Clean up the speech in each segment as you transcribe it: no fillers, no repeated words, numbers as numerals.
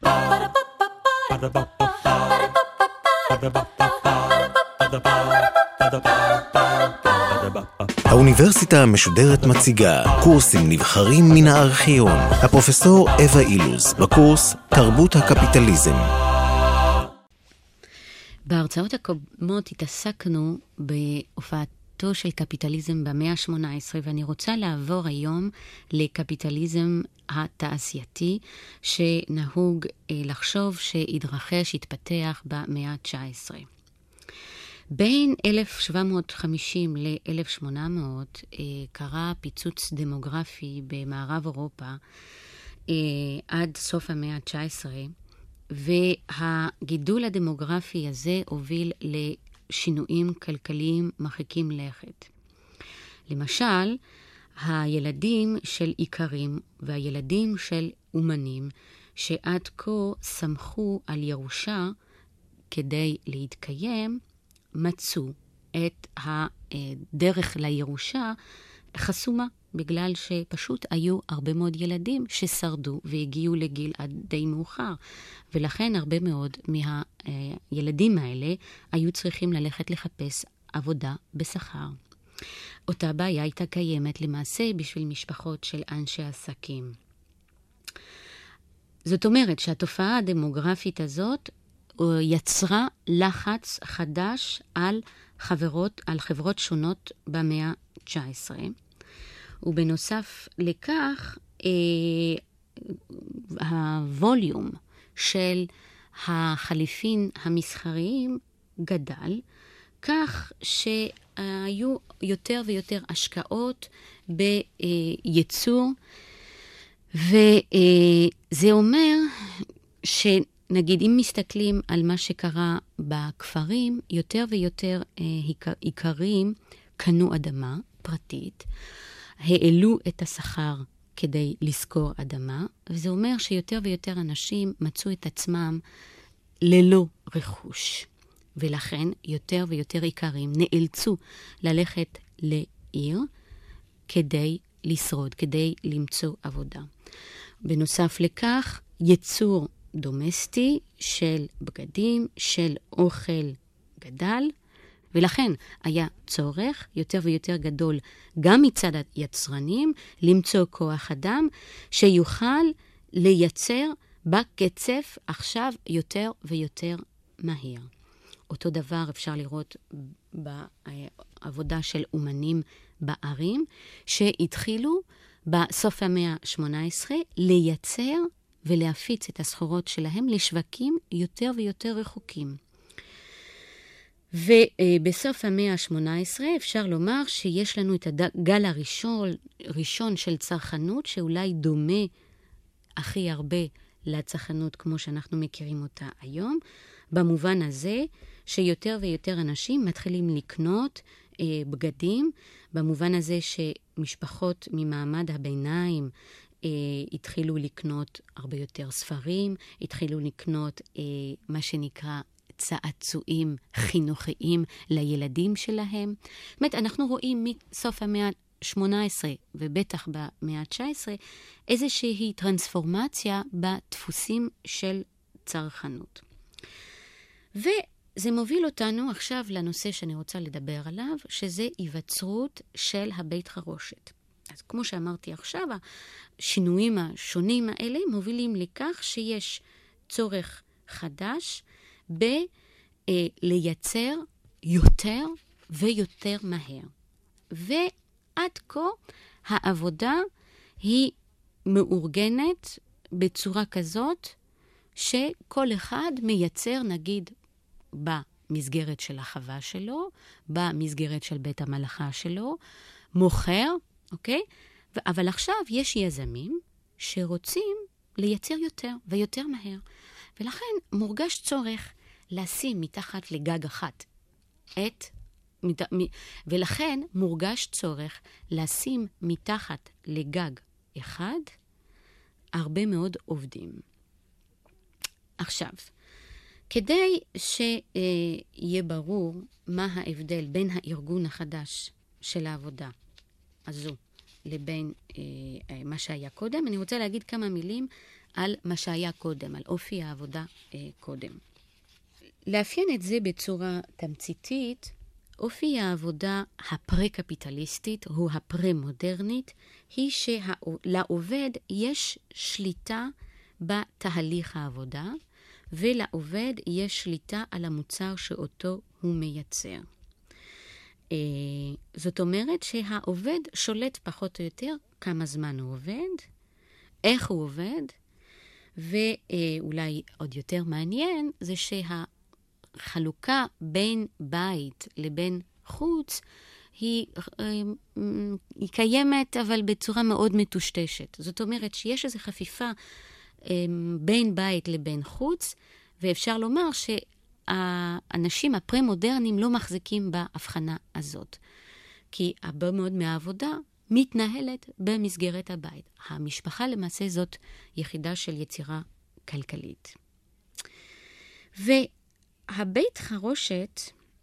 האוניברסיטה המשודרת מציגה קורסים נבחרים מן הארכיון. הפרופסור אווה אילוז בקורס תרבות הקפיטליזם. בהרצאות הקודמות התעסקנו בהופעתו של קפיטליזם במאה ה-18, ואני רוצה לעבור היום לקפיטליזם התעשייתי, שנהוג לחשוב שהתרחש, התפתח במאה ה-19. בין 1750 ל-1800 קרה פיצוץ דמוגרפי במערב אירופה עד סוף המאה ה-19, והגידול הדמוגרפי הזה הוביל לשינויים כלכליים מרחיקים לכת. למשל, הילדים של איכרים והילדים של אומנים שעד כה סמכו על ירושה כדי להתקיים, מצאו את הדרך לירושה חסומה, בגלל שפשוט היו הרבה מאוד ילדים ששרדו והגיעו לגיל עד די מאוחר, ולכן הרבה מאוד מהילדים האלה היו צריכים ללכת לחפש עבודה בשכר. אותה בעיה הייתה קיימת למעשה בשביל משפחות של אנשי עסקים. זאת אומרת שהתופעה הדמוגרפית הזאת יצרה לחץ חדש על חברות שונות במאה ה-19, ובנוסף לכך הווליום של החליפין המסחריים גדל, כך שהיו יותר ויותר השקעות בייצור, וזה אומר נגיד, אם מסתכלים על מה שקרה בכפרים, יותר ויותר איכרים קנו אדמה פרטית, העלו את השכר כדי לזכור אדמה, וזה אומר שיותר ויותר אנשים מצאו את עצמם ללא רכוש. ולכן יותר ויותר איכרים נאלצו ללכת לעיר כדי לשרוד, כדי למצוא עבודה. בנוסף לכך, ייצור דומסטי של בגדים, של אוכל גדל, ולכן היה צורך יותר ויותר גדול גם מצד היצרנים למצוא כוח אדם שיוכל לייצר בקצב עכשיו יותר ויותר מהיר. אותו דבר אפשר לראות בעבודה של אומנים בערים, שהתחילו בסוף המאה ה-18 לייצר ולהפיץ את הסחורות שלהם לשווקים יותר ויותר רחוקים. ובסוף המאה ה-18 אפשר לומר שיש לנו את הגל הראשון של צרכנות, שאולי דומה הכי הרבה לצרכנות כמו שאנחנו מכירים אותה היום, במובן הזה שיותר ויותר אנשים מתחילים לקנות בגדים, במובן הזה שמשפחות ממעמד הביניים התחילו לקנות הרבה יותר ספרים, התחילו לקנות מה שנקרא צעצועים חינוכיים לילדים שלהם. זאת אומרת, אנחנו רואים מסוף המאה ה-18 ובטח במאה ה-19 איזושהי טרנספורמציה בדפוסים של צרכנות. וזה מוביל אותנו עכשיו לנושא שאני רוצה לדבר עליו, שזה היווצרות של הבית חרושת. אז כמו שאמרתי עכשיו, השינויים השונים האלה מובילים לכך שיש צורך חדש בלייצר יותר ויותר מהר. ועד כה העבודה היא מאורגנת בצורה כזאת שכל אחד מייצר, נגיד, במסגרת של החווה שלו, במסגרת של בית המלאכה שלו, מוכר, אוקיי? אבל עכשיו יש יזמים שרוצים לייצר יותר ויותר מהר. ולכן מורגש צורך לשים מתחת לגג אחת ולכן מורגש צורך לשים מתחת לגג אחד הרבה מאוד עובדים. עכשיו, כדי שיהיה ברור מה ההבדל בין הארגון החדש של העבודה הזו לבין מה שהיה קודם, אני רוצה להגיד כמה מילים על מה שהיה קודם, על אופי העבודה קודם. לאפיין את זה בצורה תמציתית, אופי העבודה הפרה-קפיטליסטית או הפרה-מודרנית היא שלעובד יש שליטה בתהליך העבודה, ולעובד יש שליטה על המוצר שאותו הוא מייצר. זאת אומרת שהעובד שולט פחות או יותר כמה זמן הוא עובד, איך הוא עובד, ואולי עוד יותר מעניין זה שהחלוקה בין בית לבין חוץ היא קיימת אבל בצורה מאוד מטושטשת. זאת אומרת שיש איזו חפיפה בין בית לבין חוץ, ואפשר לומר שהאנשים הפרה-מודרניים לא מחזיקים בהבחנה הזאת. כי הרבה מאוד מהעבודה מתנהלת במסגרת הבית. המשפחה למעשה זאת יחידה של יצירה כלכלית. והבית חרושת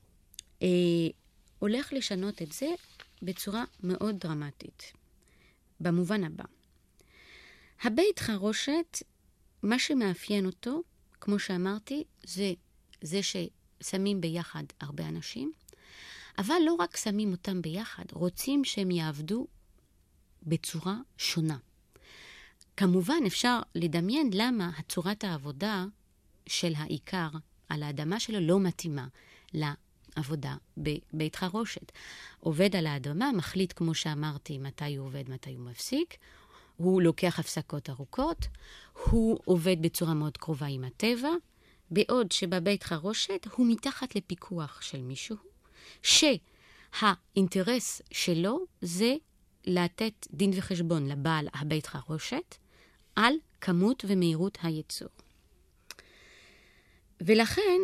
הולך לשנות את זה בצורה מאוד דרמטית. במובן הבא. הבית חרושת, מה שמאפיין אותו, כמו שאמרתי, זה ששמים ביחד הרבה אנשים, אבל לא רק שמים אותם ביחד, רוצים שהם יעבדו בצורה שונה. כמובן אפשר לדמיין למה הצורת העבודה של העיקר על האדמה שלו לא מתאימה לעבודה בבית חרושת. עובד על האדמה, מחליט כמו שאמרתי מתי הוא עובד, מתי הוא מפסיק, הוא לוקח הפסקות ארוכות, הוא עובד בצורה מאוד קרובה עם הטבע, בעוד שבבית חרושת הוא מתחת לפיקוח של מישהו, שהאינטרס שלו זה לתת דין וחשבון לבעל הבית חרושת על כמות ומהירות הייצור. ולכן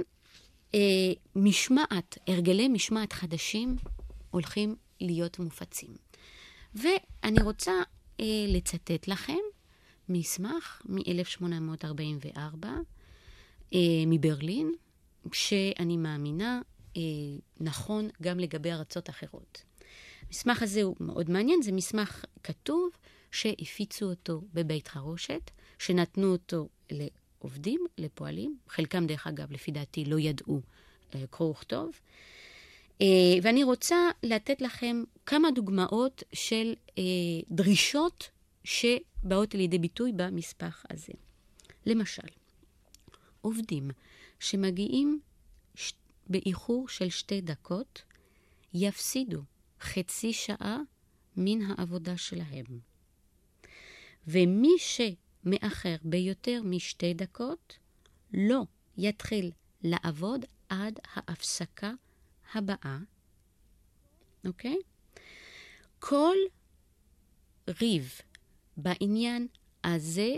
הרגלי משמעת חדשים הולכים להיות מופצים. ואני רוצה לצטט לכם מסמך מ-1844 מברלין, שאני מאמינה נכון גם לגבי ארצות אחרות. המסמך הזה הוא מאוד מעניין, זה מסמך כתוב שהפיצו אותו בבית חרושת, שנתנו אותו לעובדים, לפועלים, חלקם דרך אגב לפי דעתי לא ידעו קרוא וכתוב, ואני רוצה לתת לכם כמה דוגמאות של דרישות שבאות לידי ביטוי במסמך הזה. למשל, עובדים שמגיעים באיחור של 2 דקות יפסידו חצי שעה מן העבודה שלהם. ומי שמאחר ביותר מ2 דקות לא יתחיל לעבוד עד ההפסקה הבאה. אוקיי? כל ריב בעניין הזה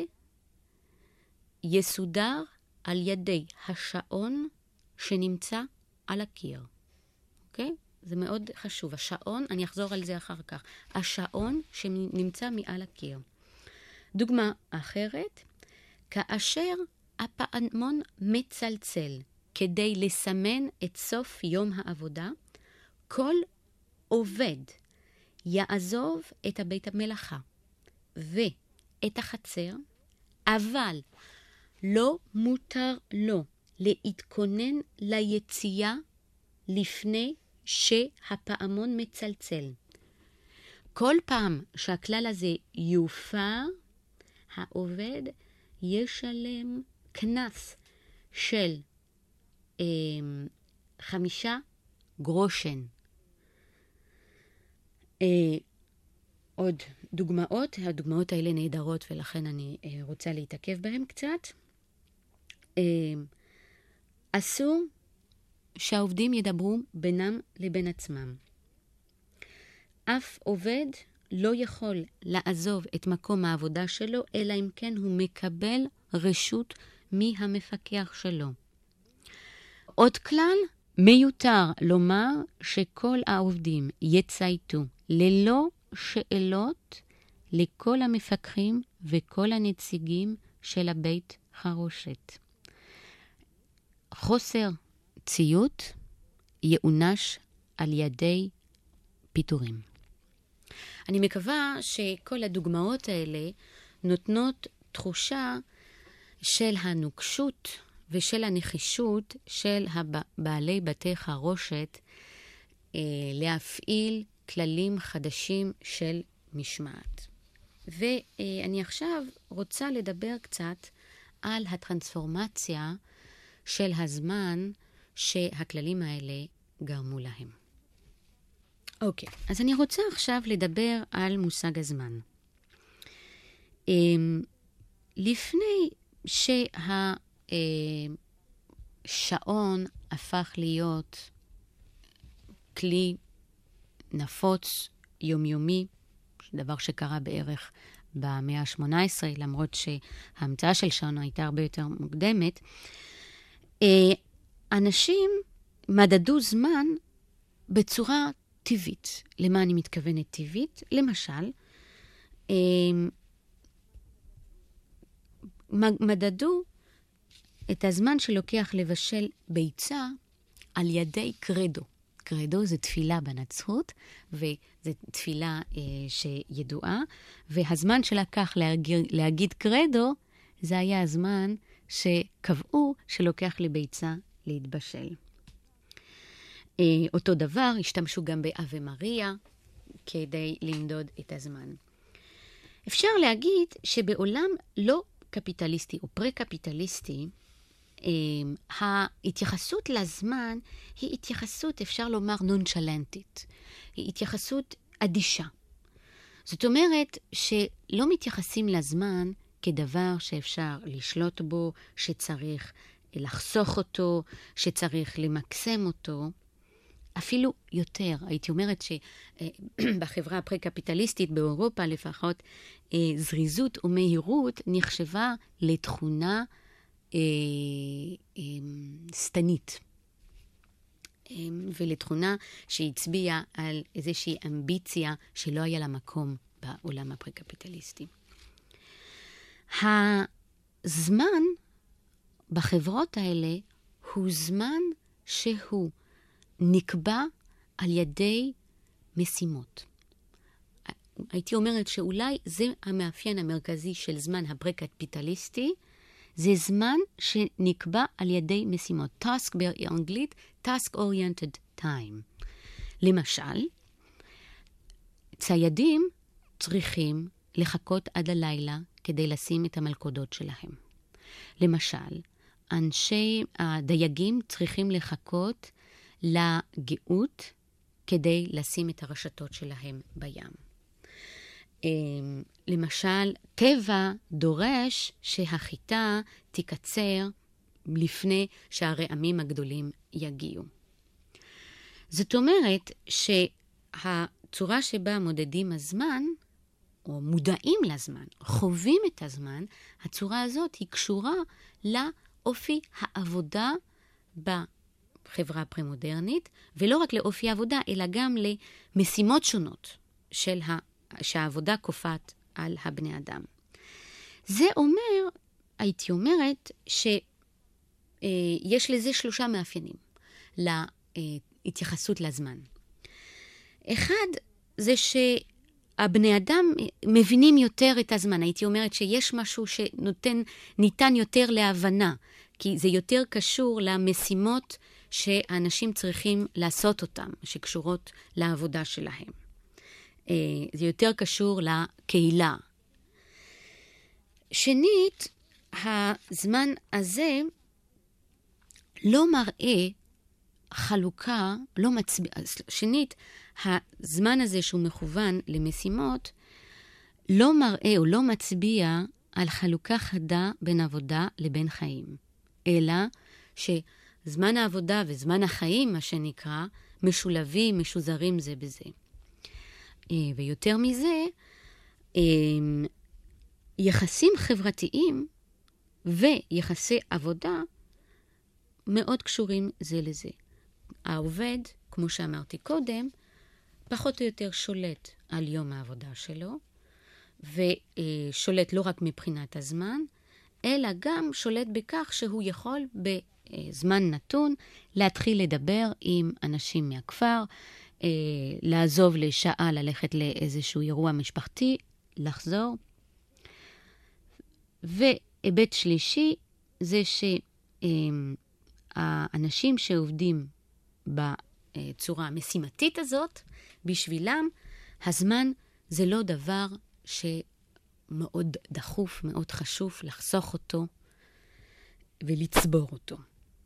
יסודר על ידי השעון שנמצא על הקיר. אוקיי? זה מאוד חשוב. השעון, אני אחזור על זה אחר כך. השעון שנמצא מעל הקיר. דוגמה אחרת, כאשר הפעמון מצלצל כדי לסמן את סוף יום העבודה, כל עובד יעזוב את בית המלאכה ואת החצר, אבל לא מותר לו להתכונן ליציאה לפני שהפעמון מצלצל. כל פעם שהכלל הזה יופר, העובד ישלם קנס של 5 גרושן. עוד דוגמאות, הדוגמאות האלה נהדרות ולכן אני רוצה להתעכב בהן קצת. אסור שהעובדים ידברו בינם לבין עצמם. אף עובד לא יכול לעזוב את מקום העבודה שלו, אלא אם כן הוא מקבל רשות מהמפקח שלו. עוד כלל, מיותר לומר שכל העובדים יצייתו ללא שאלות לכל המפקחים וכל הנציגים של הבית חרושת. חוסר ציות יעונש על ידי פיטורים. אני מקווה שכל הדוגמאות האלה נותנות תחושה של הנוקשות ושל הנחישות של בעלי בתי חרושת להפעיל כללים חדשים של משמעת. ואני עכשיו רוצה לדבר קצת על הטרנספורמציה של הזמן שהכללים האלה גרמו להם. אוקיי, אז אני רוצה עכשיו לדבר על מושג הזמן. לפני שהשעון הפך להיות כלי נפוץ יומיומי, דבר שקרה בערך במאה ה-18, למרות שההמצאה של שעון הייתה הרבה יותר מוקדמת, אנשים מדדו זמן בצורה טבעית. למה אני מתכוונת טבעית? למשל, מדדו את הזמן שלוקח לבשל ביצה על ידי קרדו. קרדו זה תפילה בנצרות, וזו תפילה שידועה, והזמן שלקח להגיד קרדו, זה היה הזמן שקבעו שלוקח לביצה להתבשל. אותו דבר, השתמשו גם באווה מריה כדי למדוד את הזמן. אפשר להגיד שבעולם לא קפיטליסטי או פרה-קפיטליסטי, ההתייחסות לזמן היא התייחסות, אפשר לומר, נונשלנטית. היא התייחסות אדישה. זאת אומרת שלא מתייחסים לזמן כדבר שאפשר לשלוט בו, שצריך לחסוך אותו, שצריך למקסם אותו. אפילו יותר, הייתי אומרת שבחברה הפרה-קפיטליסטית באירופה לפחות, זריזות ומהירות נחשבה לתכונה סתנית. ולתכונה שהצביעה על איזושהי אמביציה שלא היה לה מקום בעולם הפרה-קפיטליסטי. הזמן בחברות האלה הוא זמן שהוא נקבע על ידי משימות. הייתי אומרת שאולי זה המאפיין המרכזי של זמן הפרה-קפיטליסטי, זה זמן שנקבע על ידי משימות. task באנגלית, task oriented time. למשל, ציידים צריכים לחכות עד הלילה כדי לשים את המלכודות שלהם. למשל, הדייגים צריכים לחכות לגאות כדי לשים את הרשתות שלהם בים. למשל, טבע דורש שהחיטה תיקצר לפני שהרעמים הגדולים יגיעו. זאת אומרת שהצורה שבה מודדים הזמן, או מודעים לזמן, חווים את הזמן, הצורה הזאת היא קשורה לאופי העבודה בחברה הפרה-מודרנית, ולא רק לאופי העבודה, אלא גם למשימות שונות שהעבודה כופת על הבני אדם. זה אומר, הייתי אומרת, שיש לזה 3 מאפיינים להתייחסות לזמן. אחד, זה שהבני אדם מבינים יותר את הזמן. הייתי אומרת שיש משהו שניתן יותר להבנה, כי זה יותר קשור למשימות שאנשים צריכים לעשות אותם, שקשורות לעבודה שלהם. זה יותר קשור לקהילה. שנית, הזמן הזה לא מראה חלוקה, לא מצביע. שנית, הזמן הזה שהוא מכוון למשימות, לא מראה או לא מצביע על חלוקה חדה בין עבודה לבין חיים. אלא שזמן העבודה וזמן החיים, מה שנקרא, משולבים, משוזרים זה בזה. ויותר מזה, יחסים חברתיים ויחסי עבודה מאוד קשורים זה לזה. העובד, כמו שאמרתי קודם, פחות או יותר שולט על יום העבודה שלו, ושולט לא רק מבחינת הזמן, אלא גם שולט בכך שהוא יכול בזמן נתון להתחיל לדבר עם אנשים מהכפר, לעזוב לשעה, ללכת לאיזשהו אירוע משפחתי, לחזור. היבט שלישי זה שהאנשים שעובדים בצורה המשימתית הזאת, בשבילם הזמן זה לא דבר שמאוד דחוף, מאוד חשוב לחסוך אותו ולצבור אותו.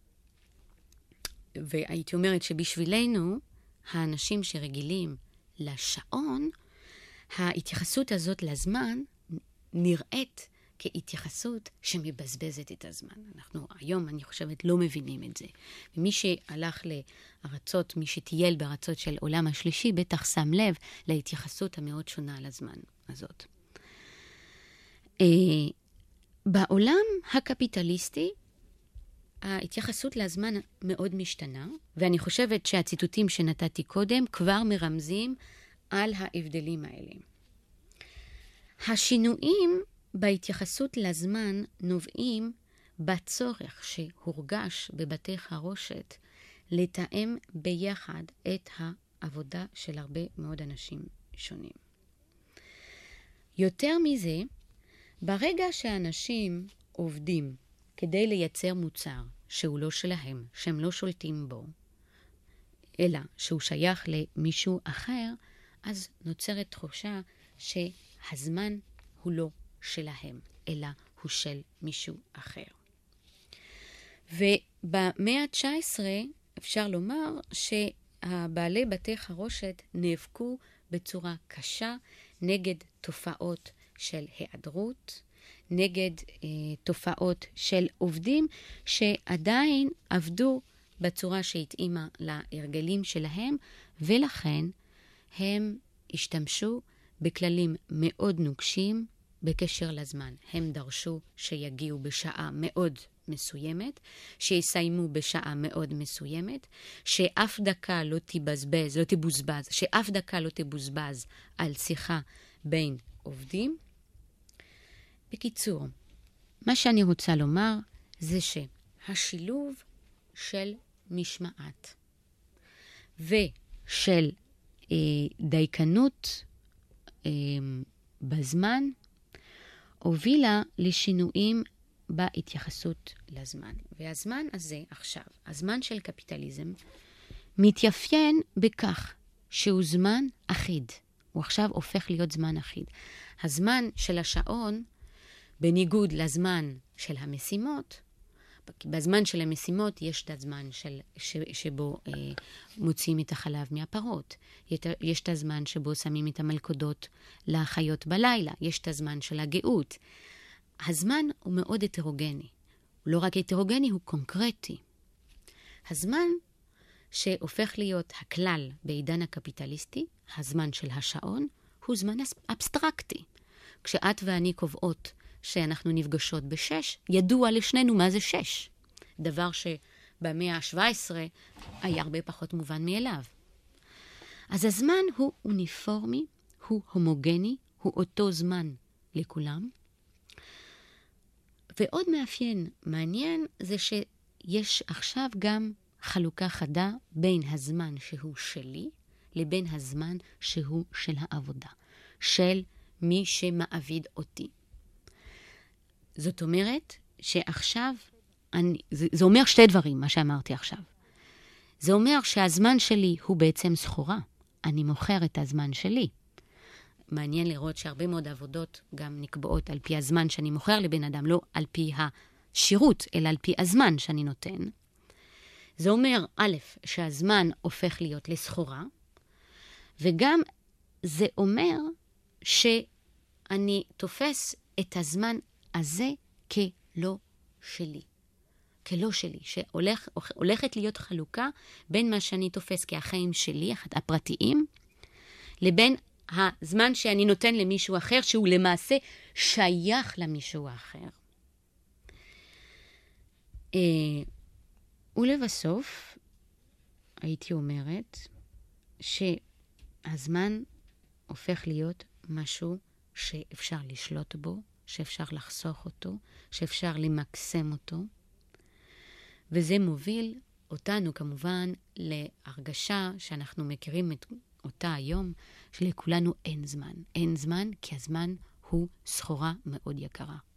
והייתי אומרת שבשבילנו, האנשים שרגילים לשעון, ההתייחסות הזאת לזמן נראית כהתייחסות שמבזבזת את הזמן. אנחנו היום, אני חושבת, לא מבינים את זה. ומי שהלך לארצות, מי שטייל בארצות של עולם השלישי, בטח שם לב להתייחסות המאוד שונה לזמן הזאת. בעולם הקפיטליסטי, ההתייחסות לזמן מאוד משתנה, ואני חושבת שהציטוטים שנתתי קודם כבר מרמזים על ההבדלים האלה. השינויים בהתייחסות לזמן נובעים בצורך שהורגש בבתי חרושת לתאם ביחד את העבודה של הרבה מאוד אנשים שונים. יותר מזה, ברגע שאנשים עובדים כדי לייצר מוצר שהוא לא שלהם, שהם לא שולטים בו, אלא שהוא שייך למישהו אחר, אז נוצרת תחושה שהזמן הוא לא שלהם, אלא הוא של מישהו אחר. ובמאה ה-19 אפשר לומר שהבעלי בתי חרושת נאבקו בצורה קשה נגד תופעות של היעדרות, נגד תופעות של עובדים שעדיין עבדו בצורה שהתאימה להרגלים שלהם, ולכן הם השתמשו בכללים מאוד נוקשים בקשר לזמן. הם דרשו שיגיעו בשעה מאוד מסוימת, שיסיימו בשעה מאוד מסוימת, שאף דקה לא תבוזבז, שאף דקה לא תבוזבז על שיחה בין עובדים. בקיצור, מה שאני רוצה לומר זה שהשילוב של משמעת ושל דייקנות בזמן הובילה לשינויים בהתייחסות לזמן. והזמן הזה עכשיו, הזמן של קפיטליזם, מתייפיין בכך שהוא זמן אחיד. הוא עכשיו הופך להיות זמן אחיד. הזמן של השעון, בניגוד לזמן של המשימות, בזמן של המשימות יש את הזמן שבו מוציאים את החלב מהפרות. יש את הזמן שבו שמים את המלכודות לחיות בלילה. יש את הזמן של הגאות. הזמן הוא מאוד הטרוגני. הוא לא רק הטרוגני, הוא קונקרטי. הזמן שהופך להיות הכלל בעידן הקפיטליסטי, הזמן של השעון, הוא זמן אבסטרקטי. כשאת ואני קובעות שאנחנו נפגשות ב6, ידוע לשנינו מה זה 6. דבר שבמאה ה-17 היה הרבה פחות מובן מאליו. אז הזמן הוא אוניפורמי, הוא הומוגני, הוא אותו זמן לכולם. ועוד מאפיין מעניין זה שיש עכשיו גם חלוקה חדה בין הזמן שהוא שלי לבין הזמן שהוא של העבודה, של מי שמעביד אותי. זאת אומרת שעכשיו, זה אומר שתי דברים, מה שאמרתי עכשיו. זה אומר שהזמן שלי הוא בעצם סחורה. אני מוכר את הזמן שלי. מעניין לראות שהרבה מאוד עבודות גם נקבעות על פי הזמן שאני מוכר לבן אדם, לא על פי השירות, אלא על פי הזמן שאני נותן. זה אומר, א', שהזמן הופך להיות לסחורה, וגם זה אומר שאני תופס את הזמן הזה כלא שלי. כלא שלי, שהולכת להיות חלוקה בין מה שאני תופס כהחיים שלי, הפרטיים, לבין הזמן שאני נותן למישהו אחר, שהוא למעשה שייך למישהו אחר. ולבסוף, הייתי אומרת שהזמן הופך להיות משהו שאפשר לשלוט בו, שאפשר לחסוך אותו, שאפשר למקסם אותו. וזה מוביל אותנו כמובן להרגשה שאנחנו מכירים אותה היום, שלכולנו אין זמן. אין זמן כי הזמן הוא סחורה מאוד יקרה.